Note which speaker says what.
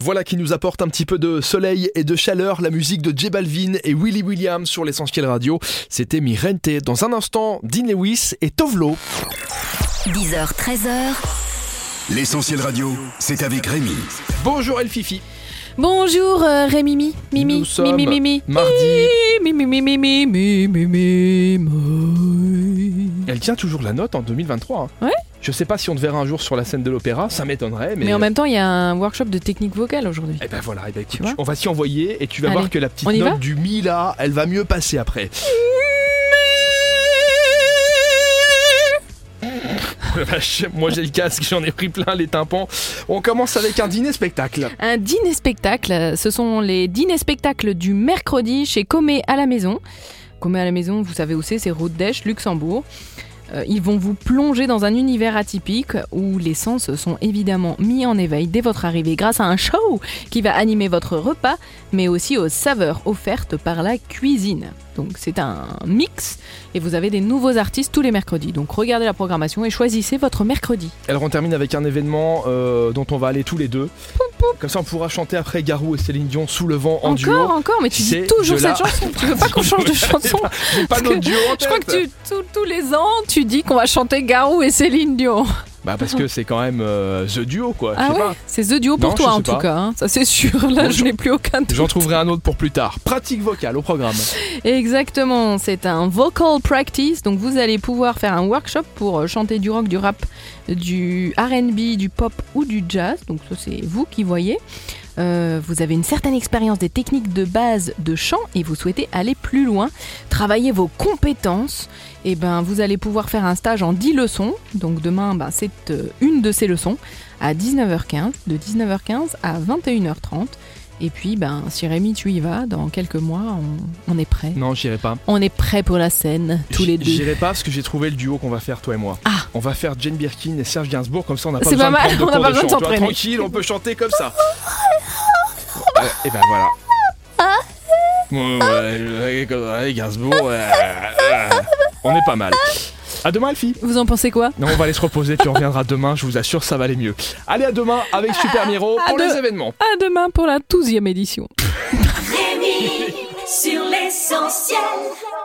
Speaker 1: Voilà qui nous apporte un petit peu de soleil et de chaleur, la musique de J Balvin et Willy Williams sur l'Essentiel Radio. C'était Mi Rente. Dans un instant, Dean Lewis et Tovlo.
Speaker 2: 10h, 13h.
Speaker 3: L'Essentiel Radio, c'est avec Rémi.
Speaker 1: Bonjour Elfifi.
Speaker 4: Bonjour Rémi. Mimi.
Speaker 1: Nous sommes
Speaker 4: Mimi.
Speaker 1: mardi.
Speaker 4: Mimi.
Speaker 1: Elle tient toujours la note en 2023.
Speaker 4: Ouais.
Speaker 1: Je sais pas si on te verra un jour sur la scène de l'opéra, ça m'étonnerait.
Speaker 4: Mais en même temps, il y a un workshop de technique vocale aujourd'hui.
Speaker 1: Eh ben voilà, écoute,
Speaker 4: Tu vois,
Speaker 1: on va s'y envoyer et tu vas
Speaker 4: allez,
Speaker 1: voir que la petite
Speaker 4: on y va
Speaker 1: note du mi là, elle va mieux passer après. Moi j'ai le casque, j'en ai pris plein les tympans. On commence avec un dîner-spectacle.
Speaker 4: Un dîner-spectacle, ce sont les dîners-spectacles du mercredi chez Comé à la maison. Comé à la maison, vous savez où c'est Route d'Esch, Luxembourg. Ils vont vous plonger dans un univers atypique où les sens sont évidemment mis en éveil dès votre arrivée grâce à un show qui va animer votre repas, mais aussi aux saveurs offertes par la cuisine. Donc c'est un mix et vous avez des nouveaux artistes tous les mercredis. Donc regardez la programmation et choisissez votre mercredi.
Speaker 1: Alors on termine avec un événement dont on va aller tous les deux. Comme ça on pourra chanter après Garou et Céline Dion Sous le vent en duo.
Speaker 4: Encore, mais tu dis toujours cette chanson. Tu veux pas qu'on change de chanson?
Speaker 1: J'ai pas notre duo en tête.
Speaker 4: Je crois que tous les ans, tu dis qu'on va chanter Garou et Céline Dion.
Speaker 1: Bah parce que c'est quand même The Duo quoi.
Speaker 4: Ah
Speaker 1: je sais
Speaker 4: ouais,
Speaker 1: pas.
Speaker 4: c'est The Duo pour
Speaker 1: Non,
Speaker 4: toi
Speaker 1: je
Speaker 4: en
Speaker 1: sais
Speaker 4: tout
Speaker 1: pas.
Speaker 4: cas, hein. Ça c'est sûr. Là,
Speaker 1: Bon,
Speaker 4: je n'ai plus aucun doute.
Speaker 1: J'en trouverai un autre pour plus tard. Pratique vocale au programme.
Speaker 4: Exactement, c'est un vocal practice. Donc vous allez pouvoir faire un workshop pour chanter du rock, du rap, du R&B, du pop ou du jazz. Donc ça c'est vous qui voyez. Vous avez une certaine expérience des techniques de base de chant et vous souhaitez aller plus loin, travailler vos compétences, et ben vous allez pouvoir faire un stage en 10 leçons. Donc demain, c'est une de ces leçons à 19h15, de 19h15 à 21h30. Et puis, si Rémi, tu y vas, dans quelques mois, on est prêt.
Speaker 1: Non, j'irai pas.
Speaker 4: On est prêt pour la scène, tous les deux.
Speaker 1: J'irai pas parce que j'ai trouvé le duo qu'on va faire, toi et moi.
Speaker 4: Ah.
Speaker 1: On va faire Jane Birkin et Serge Gainsbourg, comme ça on n'a pas
Speaker 4: C'est
Speaker 1: besoin
Speaker 4: pas mal,
Speaker 1: de
Speaker 4: on
Speaker 1: prendre
Speaker 4: n'a
Speaker 1: de
Speaker 4: pas
Speaker 1: cours de
Speaker 4: besoin de
Speaker 1: chant. Tu vois,
Speaker 4: s'entraîner.
Speaker 1: tranquille, on peut chanter comme ça. Et ben voilà. Ouais, Gainsbourg, on est pas mal. À demain, Elfie.
Speaker 4: Vous en pensez quoi?
Speaker 1: Non, on va aller se reposer, tu reviendras demain, je vous assure, ça va aller mieux. Allez, à demain avec Super Miro pour les événements.
Speaker 4: À demain pour la 12e édition.
Speaker 2: Rémi sur l'Essentiel.